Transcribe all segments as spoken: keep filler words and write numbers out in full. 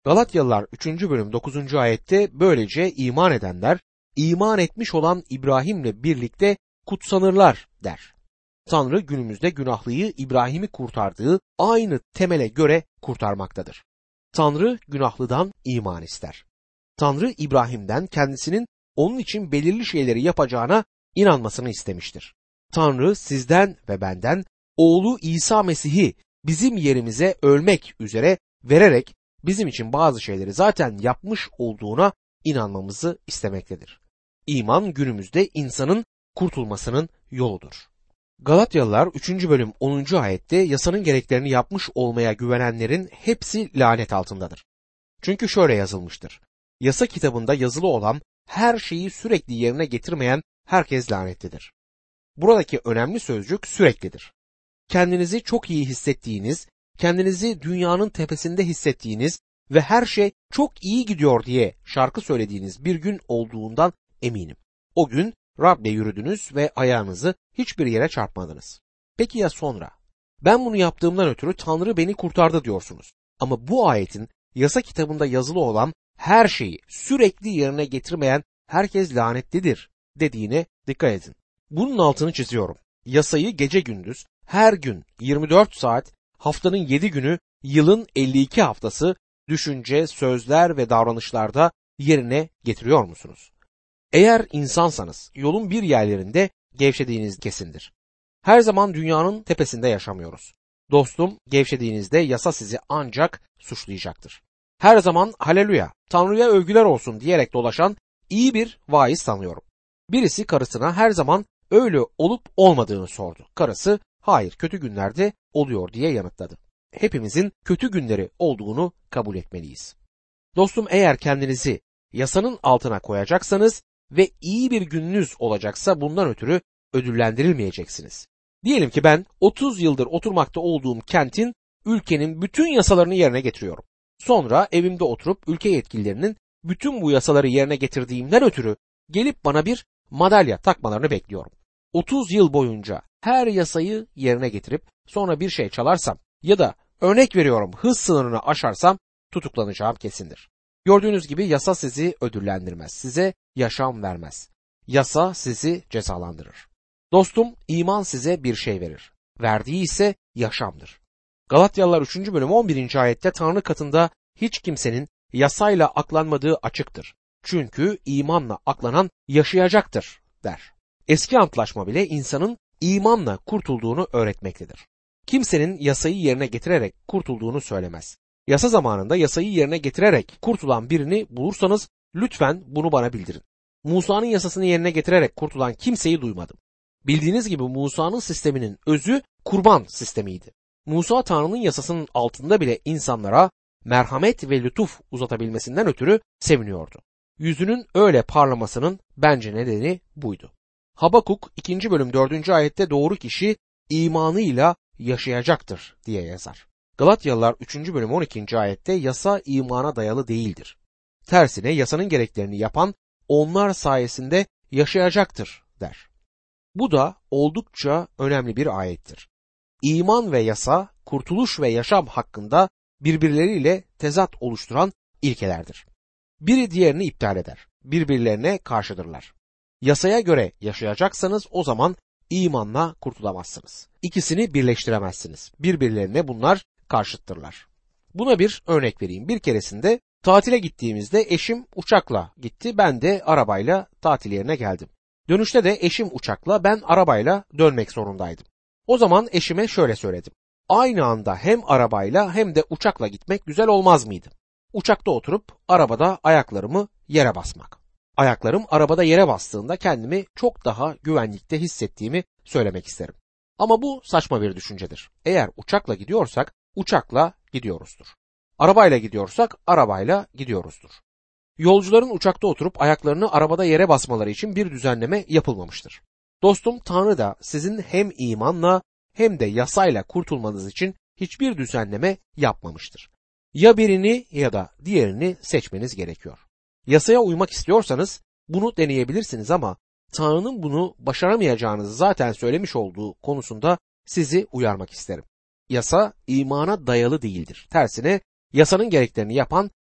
Galatyalılar üçüncü bölüm dokuzuncu ayette böylece iman edenler iman etmiş olan İbrahim'le birlikte kutsanırlar der. Tanrı günümüzde günahlıyı İbrahim'i kurtardığı aynı temele göre kurtarmaktadır. Tanrı günahlıdan iman ister. Tanrı İbrahim'den kendisinin onun için belirli şeyleri yapacağına inanmasını istemiştir. Tanrı sizden ve benden oğlu İsa Mesih'i bizim yerimize ölmek üzere vererek bizim için bazı şeyleri zaten yapmış olduğuna inanmamızı istemektedir. İman günümüzde insanın kurtulmasının yoludur. Galatyalılar üçüncü bölüm onuncu ayette yasanın gereklerini yapmış olmaya güvenenlerin hepsi lanet altındadır. Çünkü şöyle yazılmıştır. Yasa kitabında yazılı olan her şeyi sürekli yerine getirmeyen herkes lanetlidir. Buradaki önemli sözcük süreklidir. Kendinizi çok iyi hissettiğiniz, kendinizi dünyanın tepesinde hissettiğiniz ve her şey çok iyi gidiyor diye şarkı söylediğiniz bir gün olduğundan eminim. O gün Rab'le yürüdünüz ve ayağınızı hiçbir yere çarpmadınız. Peki ya sonra? Ben bunu yaptığımdan ötürü Tanrı beni kurtardı diyorsunuz. Ama bu ayetin yasa kitabında yazılı olan her şeyi sürekli yerine getirmeyen herkes lanetlidir dediğine dikkat edin. Bunun altını çiziyorum. Yasayı gece gündüz, her gün yirmi dört saat, haftanın yedi günü, yılın elli iki haftası düşünce, sözler ve davranışlarda yerine getiriyor musunuz? Eğer insansanız yolun bir yerlerinde gevşediğiniz kesindir. Her zaman dünyanın tepesinde yaşamıyoruz. Dostum, gevşediğinizde yasa sizi ancak suçlayacaktır. Her zaman haleluya, Tanrı'ya övgüler olsun diyerek dolaşan iyi bir vaiz tanıyorum. Birisi karısına her zaman öyle olup olmadığını sordu. Karısı hayır kötü günlerde oluyor diye yanıtladı. Hepimizin kötü günleri olduğunu kabul etmeliyiz. Dostum, eğer kendinizi yasanın altına koyacaksanız ve iyi bir gününüz olacaksa bundan ötürü ödüllendirilmeyeceksiniz. Diyelim ki ben otuz yıldır oturmakta olduğum kentin, ülkenin bütün yasalarını yerine getiriyorum. Sonra evimde oturup ülke yetkililerinin bütün bu yasaları yerine getirdiğimden ötürü gelip bana bir madalya takmalarını bekliyorum. otuz yıl boyunca her yasayı yerine getirip sonra bir şey çalarsam ya da örnek veriyorum hız sınırını aşarsam tutuklanacağım kesindir. Gördüğünüz gibi yasa sizi ödüllendirmez, size yaşam vermez. Yasa sizi cezalandırır. Dostum, iman size bir şey verir. Verdiği ise yaşamdır. Galatyalılar üçüncü bölüm on birinci ayette Tanrı katında hiç kimsenin yasayla aklanmadığı açıktır. Çünkü imanla aklanan yaşayacaktır der. Eski antlaşma bile insanın imanla kurtulduğunu öğretmektedir. Kimsenin yasayı yerine getirerek kurtulduğunu söylemez. Yasa zamanında yasayı yerine getirerek kurtulan birini bulursanız lütfen bunu bana bildirin. Musa'nın yasasını yerine getirerek kurtulan kimseyi duymadım. Bildiğiniz gibi Musa'nın sisteminin özü kurban sistemiydi. Musa Tanrı'nın yasasının altında bile insanlara merhamet ve lütuf uzatabilmesinden ötürü seviniyordu. Yüzünün öyle parlamasının bence nedeni buydu. Habakuk ikinci bölüm dördüncü ayette doğru kişi imanıyla yaşayacaktır diye yazar. Galatyalılar üçüncü bölüm on ikinci ayette yasa imana dayalı değildir. Tersine yasanın gereklerini yapan onlar sayesinde yaşayacaktır der. Bu da oldukça önemli bir ayettir. İman ve yasa, kurtuluş ve yaşam hakkında birbirleriyle tezat oluşturan ilkelerdir. Biri diğerini iptal eder, birbirlerine karşıdırlar. Yasaya göre yaşayacaksanız o zaman imanla kurtulamazsınız. İkisini birleştiremezsiniz. Birbirlerine bunlar karşıttırlar. Buna bir örnek vereyim. Bir keresinde tatile gittiğimizde eşim uçakla gitti, ben de arabayla tatil yerine geldim. Dönüşte de eşim uçakla, ben arabayla dönmek zorundaydım. O zaman eşime şöyle söyledim. Aynı anda hem arabayla hem de uçakla gitmek güzel olmaz mıydı? Uçakta oturup arabada ayaklarımı yere basmak. Ayaklarım arabada yere bastığında kendimi çok daha güvenlikte hissettiğimi söylemek isterim. Ama bu saçma bir düşüncedir. Eğer uçakla gidiyorsak uçakla gidiyoruzdur. Arabayla gidiyorsak arabayla gidiyoruzdur. Yolcuların uçakta oturup ayaklarını arabada yere basmaları için bir düzenleme yapılmamıştır. Dostum, Tanrı da sizin hem imanla hem de yasayla kurtulmanız için hiçbir düzenleme yapmamıştır. Ya birini ya da diğerini seçmeniz gerekiyor. Yasaya uymak istiyorsanız bunu deneyebilirsiniz ama Tanrı'nın bunu başaramayacağınızı zaten söylemiş olduğu konusunda sizi uyarmak isterim. Yasa imana dayalı değildir. Tersine yasanın gereklerini yapan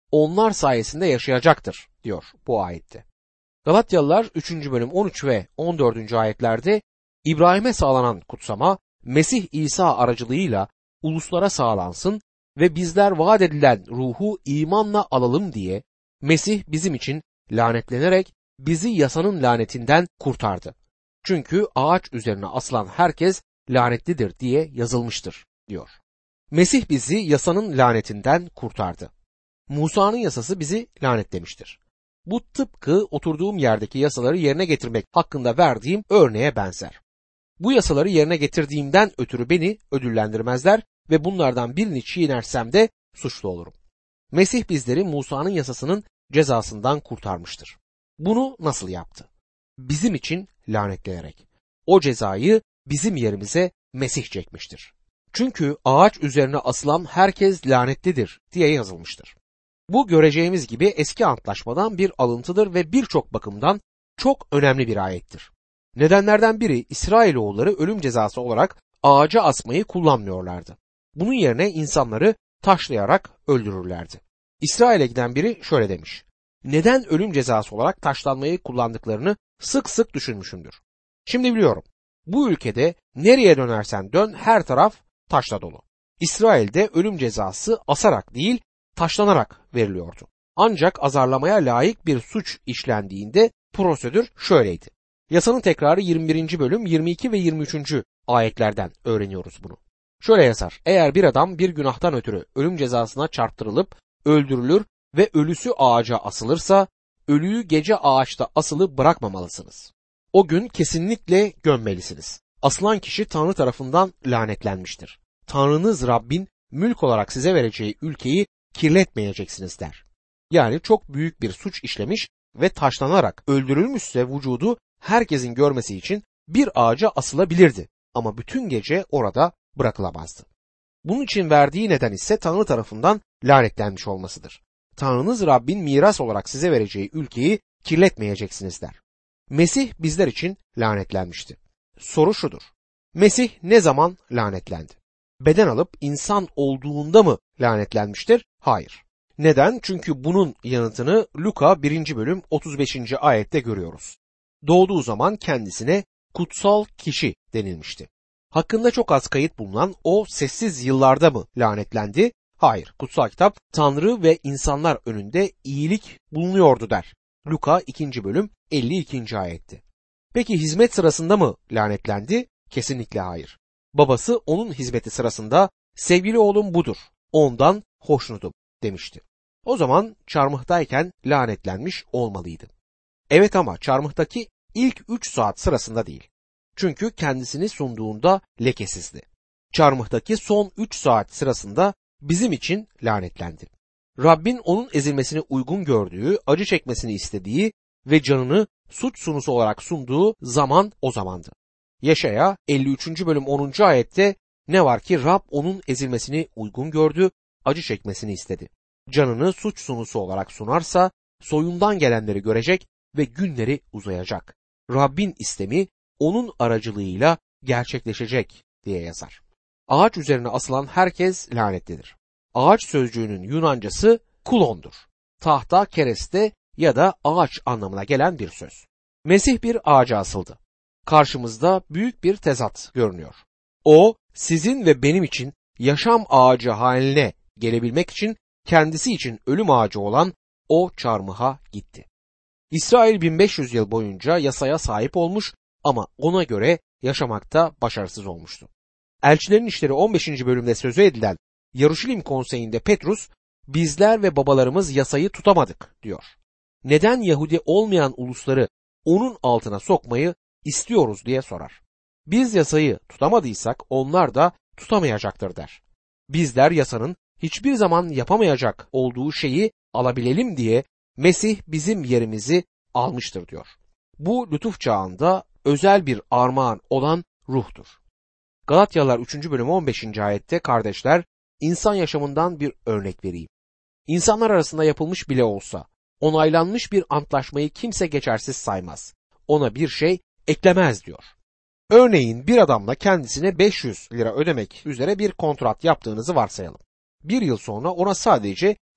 onlar sayesinde yaşayacaktır diyor bu ayette. Galatyalılar üçüncü bölüm on üç ve on dördüncü ayetlerde İbrahim'e sağlanan kutsama Mesih İsa aracılığıyla uluslara sağlansın ve bizler vaat edilen ruhu imanla alalım diye Mesih bizim için lanetlenerek bizi yasanın lanetinden kurtardı. Çünkü ağaç üzerine asılan herkes lanetlidir diye yazılmıştır diyor. Mesih bizi yasanın lanetinden kurtardı. Musa'nın yasası bizi lanetlemiştir. Bu tıpkı oturduğum yerdeki yasaları yerine getirmek hakkında verdiğim örneğe benzer. Bu yasaları yerine getirdiğimden ötürü beni ödüllendirmezler ve bunlardan birini çiğnersem de suçlu olurum. Mesih bizleri Musa'nın yasasının cezasından kurtarmıştır. Bunu nasıl yaptı? Bizim için lanetlenerek. O cezayı bizim yerimize Mesih çekmiştir. Çünkü ağaç üzerine asılan herkes lanetlidir diye yazılmıştır. Bu göreceğimiz gibi eski antlaşmadan bir alıntıdır ve birçok bakımdan çok önemli bir ayettir. Nedenlerden biri İsrailoğulları ölüm cezası olarak ağaca asmayı kullanmıyorlardı. Bunun yerine insanları taşlayarak öldürürlerdi. İsrail'e giden biri şöyle demiş: neden ölüm cezası olarak taşlanmayı kullandıklarını sık sık düşünmüşümdür. Şimdi biliyorum. Bu ülkede nereye dönersen dön her taraf taşla dolu. İsrail'de ölüm cezası asarak değil taşlanarak veriliyordu. Ancak azarlamaya layık bir suç işlendiğinde prosedür şöyleydi. Yasanın tekrarı yirmi birinci bölüm yirmi iki ve yirmi üçüncü ayetlerden öğreniyoruz bunu. Şöyle yazar: eğer bir adam bir günahtan ötürü ölüm cezasına çarptırılıp öldürülür ve ölüsü ağaca asılırsa ölüyü gece ağaçta asılı bırakmamalısınız. O gün kesinlikle gömmelisiniz. Asılan kişi Tanrı tarafından lanetlenmiştir. Tanrınız Rabbin mülk olarak size vereceği ülkeyi kirletmeyeceksiniz der. Yani çok büyük bir suç işlemiş ve taşlanarak öldürülmüşse vücudu herkesin görmesi için bir ağaca asılabilirdi ama bütün gece orada bırakılamazdı. Bunun için verdiği neden ise Tanrı tarafından lanetlenmiş olmasıdır. Tanrınız Rabbin miras olarak size vereceği ülkeyi kirletmeyeceksiniz der. Mesih bizler için lanetlenmişti. Soru şudur: Mesih ne zaman lanetlendi? Beden alıp insan olduğunda mı lanetlenmiştir? Hayır. Neden? Çünkü bunun yanıtını Luka birinci bölüm otuz beşinci ayette görüyoruz. Doğduğu zaman kendisine kutsal kişi denilmişti. Hakkında çok az kayıt bulunan o sessiz yıllarda mı lanetlendi? Hayır. Kutsal kitap Tanrı ve insanlar önünde iyilik bulunuyordu der. Luka ikinci bölüm elli ikinci ayetti. Peki hizmet sırasında mı lanetlendi? Kesinlikle hayır. Babası onun hizmeti sırasında sevgili oğlum budur, ondan hoşnutum demişti. O zaman çarmıhtayken lanetlenmiş olmalıydı. Evet ama çarmıhtaki ilk üç saat sırasında değil. Çünkü kendisini sunduğunda lekesizdi. Çarmıhtaki son üç saat sırasında bizim için lanetlendi. Rabbin onun ezilmesini uygun gördüğü, acı çekmesini istediği ve canını suç sunusu olarak sunduğu zaman o zamandı. Yeşaya elli üçüncü bölüm onuncu ayette ne var ki Rab onun ezilmesini uygun gördü, acı çekmesini istedi. Canını suç sunusu olarak sunarsa soyundan gelenleri görecek ve günleri uzayacak. Rabbin istemi onun aracılığıyla gerçekleşecek diye yazar. Ağaç üzerine asılan herkes lanetlidir. Ağaç sözcüğünün Yunancası kulondur. Tahta, kereste ya da ağaç anlamına gelen bir söz. Mesih bir ağaca asıldı. Karşımızda büyük bir tezat görünüyor. O, sizin ve benim için yaşam ağacı haline gelebilmek için kendisi için ölüm ağacı olan o çarmıha gitti. İsrail bin beş yüz yıl boyunca yasaya sahip olmuş ama ona göre yaşamakta başarısız olmuştu. Elçilerin İşleri on beşinci bölümde sözü edilen Yaruşilim konseyinde Petrus, bizler ve babalarımız yasayı tutamadık diyor. Neden Yahudi olmayan ulusları onun altına sokmayı istiyoruz diye sorar. Biz yasayı tutamadıysak onlar da tutamayacaktır der. Bizler yasanın hiçbir zaman yapamayacak olduğu şeyi alabilelim diye Mesih bizim yerimizi almıştır diyor. Bu lütuf çağında özel bir armağan olan ruhtur. Galatyalılar üçüncü bölüm on beşinci ayette kardeşler, insan yaşamından bir örnek vereyim. İnsanlar arasında yapılmış bile olsa onaylanmış bir antlaşmayı kimse geçersiz saymaz. Ona bir şey eklemez diyor. Örneğin bir adamla kendisine beş yüz lira ödemek üzere bir kontrat yaptığınızı varsayalım. Bir yıl sonra ona sadece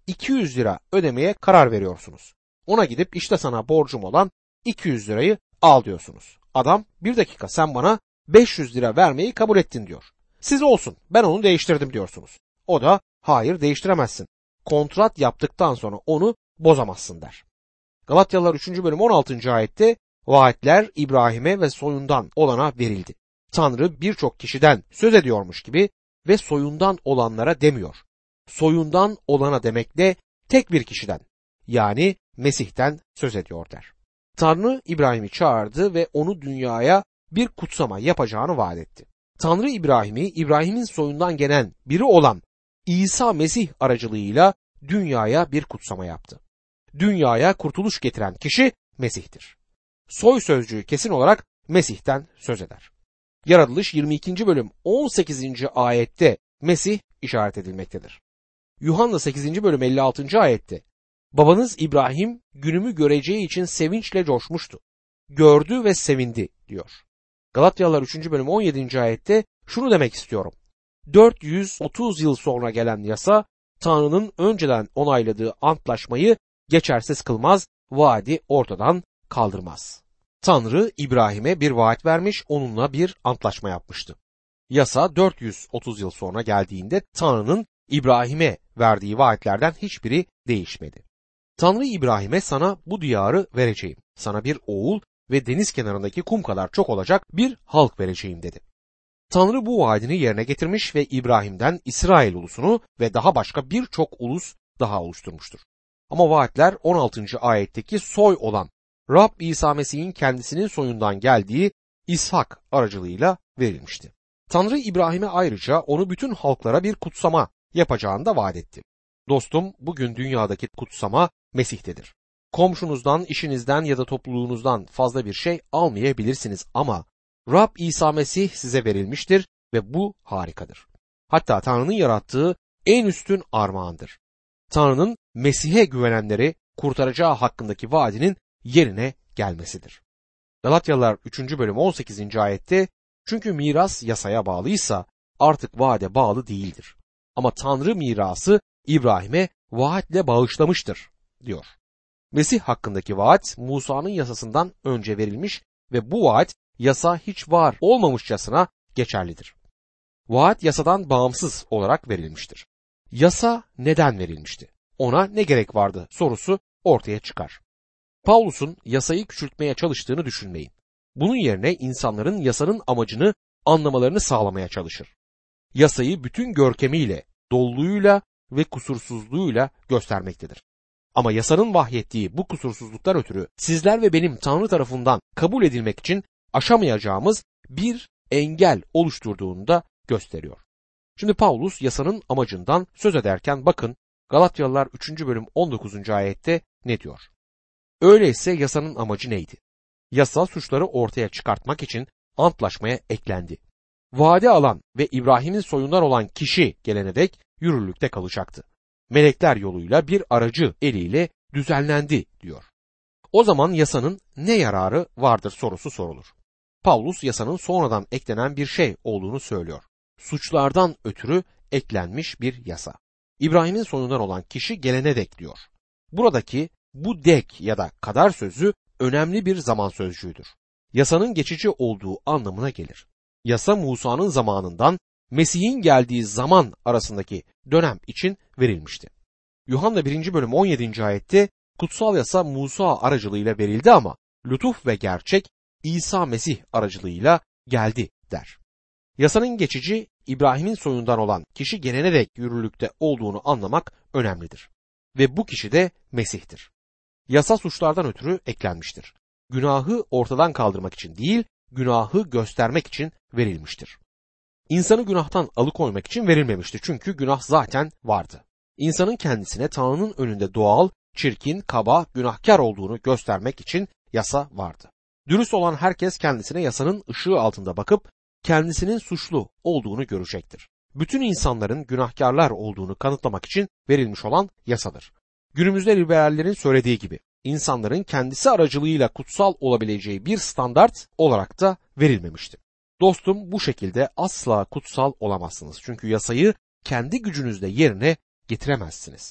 iki yüz lira ödemeye karar veriyorsunuz. Ona gidip işte sana borcum olan iki yüz lirayı al diyorsunuz. Adam bir dakika sen bana beş yüz lira vermeyi kabul ettin diyor. Siz olsun ben onu değiştirdim diyorsunuz. O da hayır değiştiremezsin. Kontrat yaptıktan sonra onu bozamazsın der. Galatyalılar üçüncü bölüm on altıncı ayette vaatler İbrahim'e ve soyundan olana verildi. Tanrı birçok kişiden söz ediyormuş gibi ve soyundan olanlara demiyor. Soyundan olana demekle tek bir kişiden yani Mesih'ten söz ediyor der. Tanrı İbrahim'i çağırdı ve onu dünyaya bir kutsama yapacağını vaat etti. Tanrı İbrahim'i İbrahim'in soyundan gelen biri olan İsa Mesih aracılığıyla dünyaya bir kutsama yaptı. Dünyaya kurtuluş getiren kişi Mesih'tir. Soy sözcüğü kesin olarak Mesih'ten söz eder. Yaratılış yirmi ikinci bölüm on sekizinci ayette Mesih işaret edilmektedir. Yuhanna sekizinci bölüm elli altıncı ayette babanız İbrahim günümü göreceği için sevinçle coşmuştu. Gördü ve sevindi diyor. Galatyalılar üçüncü bölüm on yedinci ayette şunu demek istiyorum. dört yüz otuz yıl sonra gelen yasa Tanrı'nın önceden onayladığı antlaşmayı geçersiz kılmaz, vaadi ortadan kaldırmaz. Tanrı İbrahim'e bir vaat vermiş, onunla bir antlaşma yapmıştı. Yasa dört yüz otuz yıl sonra geldiğinde Tanrı'nın İbrahim'e verdiği vaatlerden hiçbiri değişmedi. Tanrı İbrahim'e sana bu diyarı vereceğim, sana bir oğul ve deniz kenarındaki kum kadar çok olacak bir halk vereceğim dedi. Tanrı bu vaadini yerine getirmiş ve İbrahim'den İsrail ulusunu ve daha başka birçok ulus daha oluşturmuştur. Ama vaatler on altıncı ayetteki soy olan Rab İsa Mesih'in kendisinin soyundan geldiği İshak aracılığıyla verilmişti. Tanrı İbrahim'e ayrıca onu bütün halklara bir kutsama yapacağını da vaat etti. Dostum, bugün dünyadaki kutsama Mesih'tedir. Komşunuzdan, işinizden ya da topluluğunuzdan fazla bir şey almayabilirsiniz ama Rab İsa Mesih size verilmiştir ve bu harikadır. Hatta Tanrı'nın yarattığı en üstün armağandır. Tanrı'nın Mesih'e güvenenleri kurtaracağı hakkındaki vaadinin yerine gelmesidir. Galatyalılar üçüncü bölüm on sekizinci ayette çünkü miras yasaya bağlıysa artık vaade bağlı değildir. Ama Tanrı mirası İbrahim'e vaatle bağışlamıştır diyor. Mesih hakkındaki vaat Musa'nın yasasından önce verilmiş ve bu vaat yasa hiç var olmamışçasına geçerlidir. Vaat yasadan bağımsız olarak verilmiştir. Yasa neden verilmişti? Ona ne gerek vardı sorusu ortaya çıkar. Pavlus'un yasayı küçültmeye çalıştığını düşünmeyin. Bunun yerine insanların yasanın amacını anlamalarını sağlamaya çalışır. Yasayı bütün görkemiyle, doluluğuyla ve kusursuzluğuyla göstermektedir. Ama yasanın vahyettiği bu kusursuzluktan ötürü sizler ve benim Tanrı tarafından kabul edilmek için aşamayacağımız bir engel oluşturduğunu da gösteriyor. Şimdi Pavlus yasanın amacından söz ederken bakın Galatyalılar üçüncü bölüm on dokuzuncu ayette ne diyor? Öyleyse yasanın amacı neydi? Yasa suçları ortaya çıkartmak için antlaşmaya eklendi. Vaade alan ve İbrahim'in soyundan olan kişi gelene dek yürürlükte kalacaktı. Melekler yoluyla bir aracı eliyle düzenlendi diyor. O zaman yasanın ne yararı vardır sorusu sorulur. Pavlus yasanın sonradan eklenen bir şey olduğunu söylüyor. Suçlardan ötürü eklenmiş bir yasa. İbrahim'in soyundan olan kişi gelene dek diyor. Buradaki bu dek ya da kadar sözü önemli bir zaman sözcüğüdür. Yasanın geçici olduğu anlamına gelir. Yasa Musa'nın zamanından Mesih'in geldiği zaman arasındaki dönem için verilmişti. Yuhanna birinci bölüm on yedinci ayette kutsal yasa Musa aracılığıyla verildi ama lütuf ve gerçek İsa Mesih aracılığıyla geldi der. Yasanın geçici İbrahim'in soyundan olan kişi gelene dek yürürlükte olduğunu anlamak önemlidir. Ve bu kişi de Mesih'tir. Yasa suçlardan ötürü eklenmiştir. Günahı ortadan kaldırmak için değil, günahı göstermek için verilmiştir. İnsanı günahtan alıkoymak için verilmemişti çünkü günah zaten vardı. İnsanın kendisine Tanrı'nın önünde doğal, çirkin, kaba, günahkar olduğunu göstermek için yasa vardı. Dürüst olan herkes kendisine yasanın ışığı altında bakıp kendisinin suçlu olduğunu görecektir. Bütün insanların günahkarlar olduğunu kanıtlamak için verilmiş olan yasadır. Günümüzde liberallerin söylediği gibi insanların kendisi aracılığıyla kutsal olabileceği bir standart olarak da verilmemişti. Dostum, bu şekilde asla kutsal olamazsınız çünkü yasayı kendi gücünüzle yerine getiremezsiniz.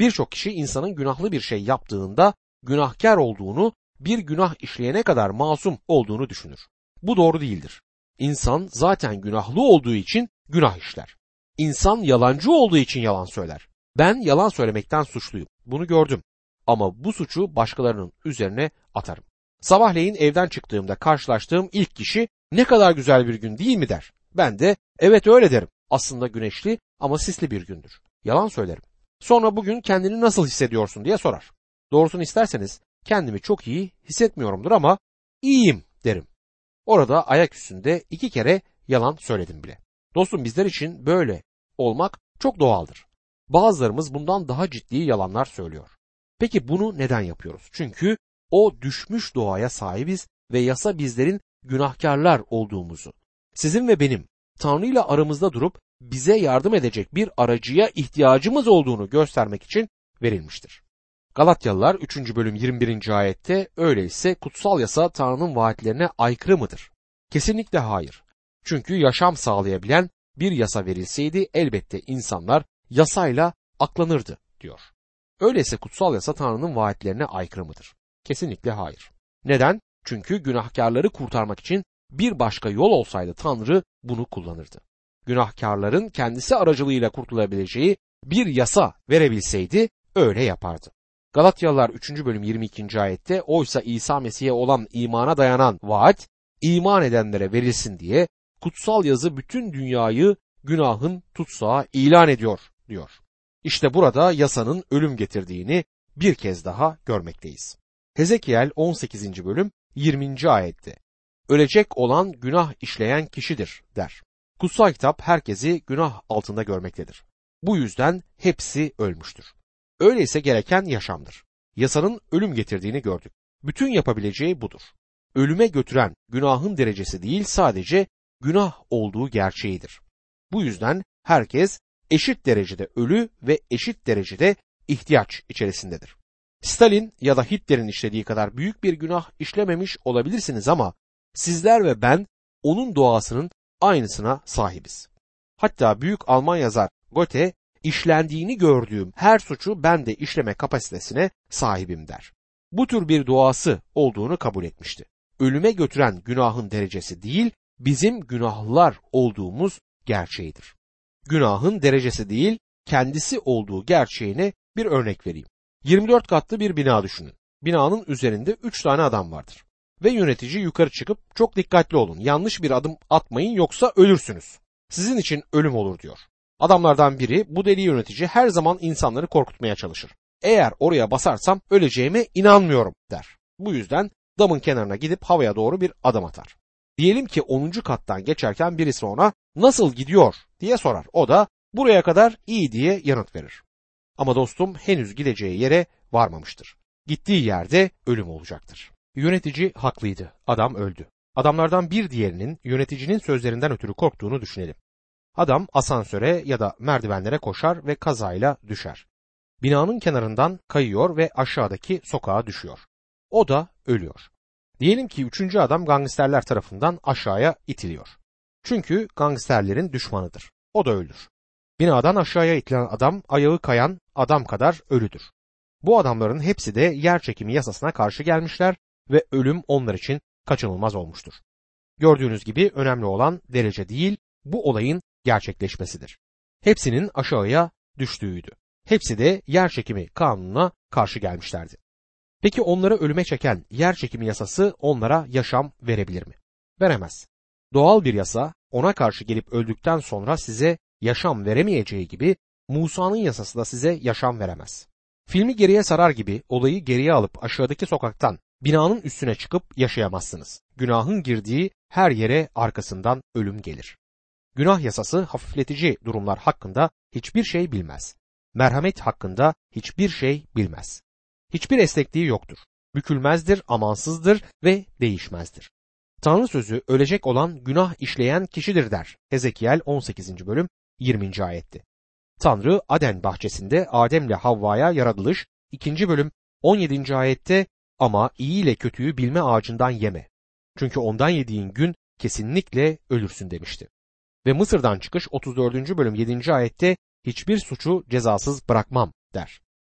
Birçok kişi insanın günahlı bir şey yaptığında günahkar olduğunu, bir günah işleyene kadar masum olduğunu düşünür. Bu doğru değildir. İnsan zaten günahlı olduğu için günah işler. İnsan yalancı olduğu için yalan söyler. Ben yalan söylemekten suçluyum. Bunu gördüm. Ama bu suçu başkalarının üzerine atarım. Sabahleyin evden çıktığımda karşılaştığım ilk kişi ne kadar güzel bir gün değil mi der. Ben de evet öyle derim. Aslında güneşli ama sisli bir gündür. Yalan söylerim. Sonra bugün kendini nasıl hissediyorsun diye sorar. Doğrusunu isterseniz kendimi çok iyi hissetmiyorumdur ama iyiyim derim. Orada ayak üstünde iki kere yalan söyledim bile. Dostum, bizler için böyle olmak çok doğaldır. Bazılarımız bundan daha ciddi yalanlar söylüyor. Peki bunu neden yapıyoruz? Çünkü o düşmüş doğaya sahibiz ve yasa bizlerin günahkarlar olduğumuzu, sizin ve benim Tanrı ile aramızda durup bize yardım edecek bir aracıya ihtiyacımız olduğunu göstermek için verilmiştir. Galatyalılar üçüncü bölüm yirmi birinci ayette öyleyse kutsal yasa Tanrı'nın vaatlerine aykırı mıdır? Kesinlikle hayır. Çünkü yaşam sağlayabilen bir yasa verilseydi elbette insanlar yasayla aklanırdı diyor. Öyleyse kutsal yasa Tanrı'nın vaatlerine aykırı mıdır? Kesinlikle hayır. Neden? Çünkü günahkarları kurtarmak için bir başka yol olsaydı Tanrı bunu kullanırdı. Günahkarların kendisi aracılığıyla kurtulabileceği bir yasa verebilseydi öyle yapardı. Galatyalılar üçüncü bölüm yirmi ikinci ayette oysa İsa Mesih'e olan imana dayanan vaat iman edenlere verilsin diye kutsal yazı bütün dünyayı günahın tutsağı ilan ediyor diyor. İşte burada yasanın ölüm getirdiğini bir kez daha görmekteyiz. Hezekiel on sekizinci bölüm yirminci ayette ölecek olan günah işleyen kişidir der. Kutsal kitap herkesi günah altında görmektedir. Bu yüzden hepsi ölmüştür. Öyleyse gereken yaşamdır. Yasanın ölüm getirdiğini gördük. Bütün yapabileceği budur. Ölüme götüren günahın derecesi değil sadece günah olduğu gerçeğidir. Bu yüzden herkes eşit derecede ölü ve eşit derecede ihtiyaç içerisindedir. Stalin ya da Hitler'in işlediği kadar büyük bir günah işlememiş olabilirsiniz ama sizler ve ben onun doğasının aynısına sahibiz. Hatta büyük Alman yazar Goethe işlendiğini gördüğüm her suçu ben de işleme kapasitesine sahibim der. Bu tür bir doğası olduğunu kabul etmişti. Ölüme götüren günahın derecesi değil, bizim günahlılar olduğumuz gerçeğidir. Günahın derecesi değil, kendisi olduğu gerçeğine bir örnek vereyim. yirmi dört katlı bir bina düşünün. Binanın üzerinde üç tane adam vardır. Ve yönetici yukarı çıkıp çok dikkatli olun, yanlış bir adım atmayın yoksa ölürsünüz. Sizin için ölüm olur diyor. Adamlardan biri bu deli yönetici her zaman insanları korkutmaya çalışır. Eğer oraya basarsam öleceğime inanmıyorum der. Bu yüzden damın kenarına gidip havaya doğru bir adım atar. Diyelim ki onuncu kattan geçerken birisi ona nasıl gidiyor diye sorar. O da buraya kadar iyi diye yanıt verir. Ama dostum henüz gideceği yere varmamıştır. Gittiği yerde ölüm olacaktır. Yönetici haklıydı. Adam öldü. Adamlardan bir diğerinin yöneticinin sözlerinden ötürü korktuğunu düşünelim. Adam asansöre ya da merdivenlere koşar ve kazayla düşer. Binanın kenarından kayıyor ve aşağıdaki sokağa düşüyor. O da ölüyor. Diyelim ki üçüncü adam gangsterler tarafından aşağıya itiliyor. Çünkü gangsterlerin düşmanıdır. O da ölür. Binadan aşağıya itilen adam ayağı kayan adam kadar ölüdür. Bu adamların hepsi de yer çekimi yasasına karşı gelmişler ve ölüm onlar için kaçınılmaz olmuştur. Gördüğünüz gibi önemli olan derece değil, bu olayın gerçekleşmesidir. Hepsinin aşağıya düştüğüydü. Hepsi de yer çekimi kanununa karşı gelmişlerdi. Peki onları ölüme çeken yer çekimi yasası onlara yaşam verebilir mi? Veremez. Doğal bir yasa ona karşı gelip öldükten sonra size yaşam veremeyeceği gibi Musa'nın yasası da size yaşam veremez. Filmi geriye sarar gibi olayı geriye alıp aşağıdaki sokaktan binanın üstüne çıkıp yaşayamazsınız. Günahın girdiği her yere arkasından ölüm gelir. Günah yasası hafifletici durumlar hakkında hiçbir şey bilmez. Merhamet hakkında hiçbir şey bilmez. Hiçbir esnekliği yoktur. Bükülmezdir, amansızdır ve değişmezdir. Tanrı sözü ölecek olan günah işleyen kişidir der. Hezekiel on sekizinci bölüm yirminci ayetti. Tanrı Aden bahçesinde Adem'le Havva'ya yaratılış ikinci bölüm on yedinci ayette ama iyi ile kötüyü bilme ağacından yeme. Çünkü ondan yediğin gün kesinlikle ölürsün demişti. Ve Mısır'dan çıkış otuz dördüncü bölüm yedinci ayette hiçbir suçu cezasız bırakmam der.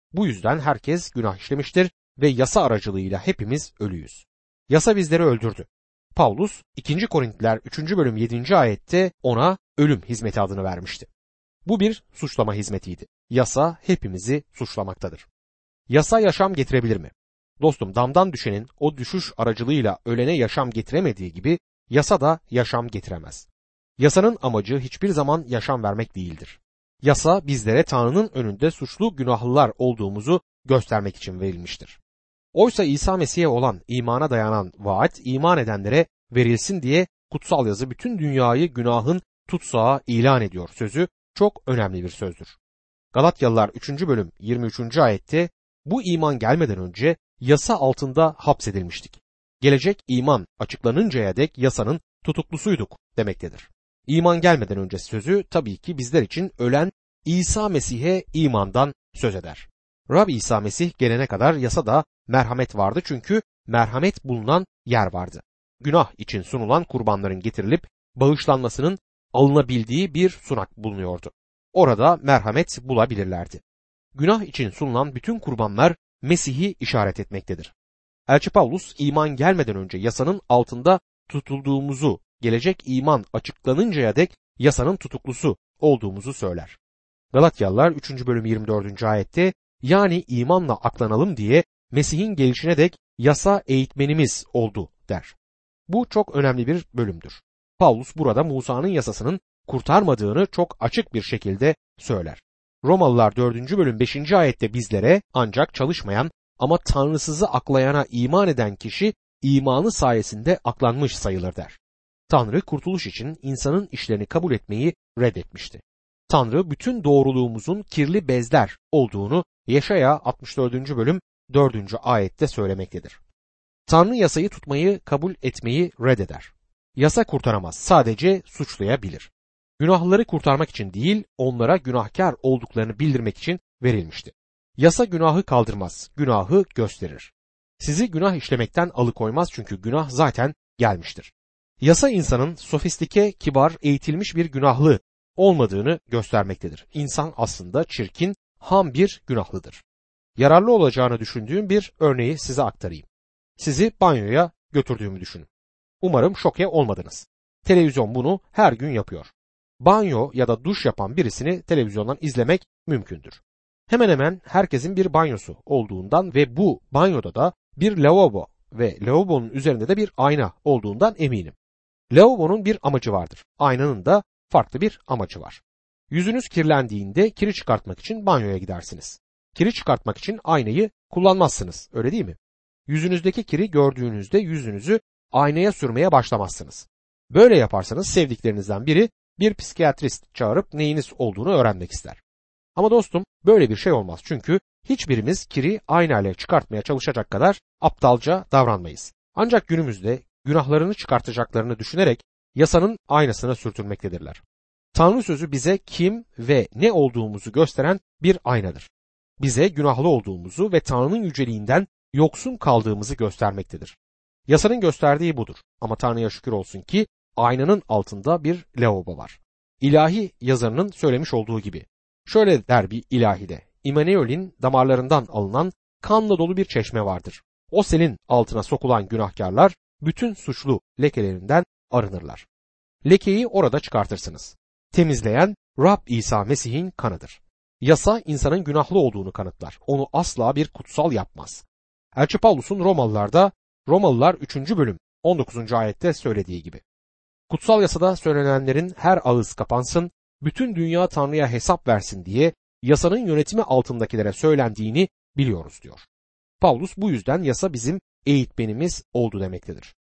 Bu yüzden herkes günah işlemiştir ve yasa aracılığıyla hepimiz ölüyüz. Yasa bizleri öldürdü. Pavlus ikinci Korintiler üçüncü bölüm yedinci ayette ona ölüm hizmeti adını vermişti. Bu bir suçlama hizmetiydi. Yasa hepimizi suçlamaktadır. Yasa yaşam getirebilir mi? Dostum, damdan düşenin o düşüş aracılığıyla ölene yaşam getiremediği gibi yasa da yaşam getiremez. Yasanın amacı hiçbir zaman yaşam vermek değildir. Yasa bizlere Tanrı'nın önünde suçlu günahlılar olduğumuzu göstermek için verilmiştir. Oysa İsa Mesih'e olan imana dayanan vaat iman edenlere verilsin diye kutsal yazı bütün dünyayı günahın tutsağı ilan ediyor sözü çok önemli bir sözdür. Galatyalılar üçüncü bölüm yirmi üçüncü ayette bu iman gelmeden önce yasa altında hapsedilmiştik. Gelecek iman açıklanıncaya dek yasanın tutuklusuyduk demektedir. İman gelmeden önce sözü tabii ki bizler için ölen İsa Mesih'e imandan söz eder. Rab İsa Mesih gelene kadar yasada merhamet vardı çünkü merhamet bulunan yer vardı. Günah için sunulan kurbanların getirilip bağışlanmasının alınabildiği bir sunak bulunuyordu. Orada merhamet bulabilirlerdi. Günah için sunulan bütün kurbanlar Mesih'i işaret etmektedir. Elçi Pavlus iman gelmeden önce yasanın altında tutulduğumuzu, gelecek iman açıklanıncaya dek yasanın tutuklusu olduğumuzu söyler. Galatyalılar üçüncü bölüm yirmi dördüncü ayette yani imanla aklanalım diye Mesih'in gelişine dek yasa eğitmenimiz oldu der. Bu çok önemli bir bölümdür. Pavlus burada Musa'nın yasasının kurtarmadığını çok açık bir şekilde söyler. Romalılar dördüncü bölüm beşinci ayette bizlere ancak çalışmayan ama Tanrısızı aklayana iman eden kişi imanı sayesinde aklanmış sayılır der. Tanrı kurtuluş için insanın işlerini kabul etmeyi reddetmişti. Tanrı bütün doğruluğumuzun kirli bezler olduğunu Yeşaya altmış dördüncü bölüm dördüncü ayette söylemektedir. Tanrı yasayı tutmayı kabul etmeyi reddeder. Yasa kurtaramaz, sadece suçlayabilir. Günahlıları kurtarmak için değil, onlara günahkar olduklarını bildirmek için verilmişti. Yasa günahı kaldırmaz, günahı gösterir. Sizi günah işlemekten alıkoymaz çünkü günah zaten gelmiştir. Yasa insanın sofistike, kibar, eğitilmiş bir günahlı olmadığını göstermektedir. İnsan aslında çirkin, ham bir günahlıdır. Yararlı olacağını düşündüğüm bir örneği size aktarayım. Sizi banyoya götürdüğümü düşünün. Umarım şoke olmadınız. Televizyon bunu her gün yapıyor. Banyo ya da duş yapan birisini televizyondan izlemek mümkündür. Hemen hemen herkesin bir banyosu olduğundan ve bu banyoda da bir lavabo ve lavabonun üzerinde de bir ayna olduğundan eminim. Lavabonun bir amacı vardır. Aynanın da farklı bir amacı var. Yüzünüz kirlendiğinde kiri çıkartmak için banyoya gidersiniz. Kiri çıkartmak için aynayı kullanmazsınız, öyle değil mi? Yüzünüzdeki kiri gördüğünüzde yüzünüzü aynaya sürmeye başlamazsınız. Böyle yaparsanız sevdiklerinizden biri bir psikiyatrist çağırıp neyiniz olduğunu öğrenmek ister. Ama dostum böyle bir şey olmaz çünkü hiçbirimiz kiri aynayla çıkartmaya çalışacak kadar aptalca davranmayız. Ancak günümüzde günahlarını çıkartacaklarını düşünerek yasanın aynasına sürtünmektedirler. Tanrı sözü bize kim ve ne olduğumuzu gösteren bir aynadır. Bize günahlı olduğumuzu ve Tanrı'nın yüceliğinden yoksun kaldığımızı göstermektedir. Yasanın gösterdiği budur ama Tanrı'ya şükür olsun ki aynanın altında bir lavabo var. İlahi yazarının söylemiş olduğu gibi. Şöyle der bir ilahide, İmanuel'in damarlarından alınan kanla dolu bir çeşme vardır. O selin altına sokulan günahkarlar bütün suçlu lekelerinden arınırlar. Lekeyi orada çıkartırsınız. Temizleyen Rab İsa Mesih'in kanıdır. Yasa insanın günahlı olduğunu kanıtlar. Onu asla bir kutsal yapmaz. Elçi Pavlus'un Romalılar'da Romalılar üçüncü bölüm on dokuzuncu ayette söylediği gibi. Kutsal yasada söylenenlerin her ağız kapansın, bütün dünya Tanrı'ya hesap versin diye yasanın yönetimi altındakilere söylendiğini biliyoruz diyor. Pavlus bu yüzden yasa bizim eğitmenimiz oldu demektedir.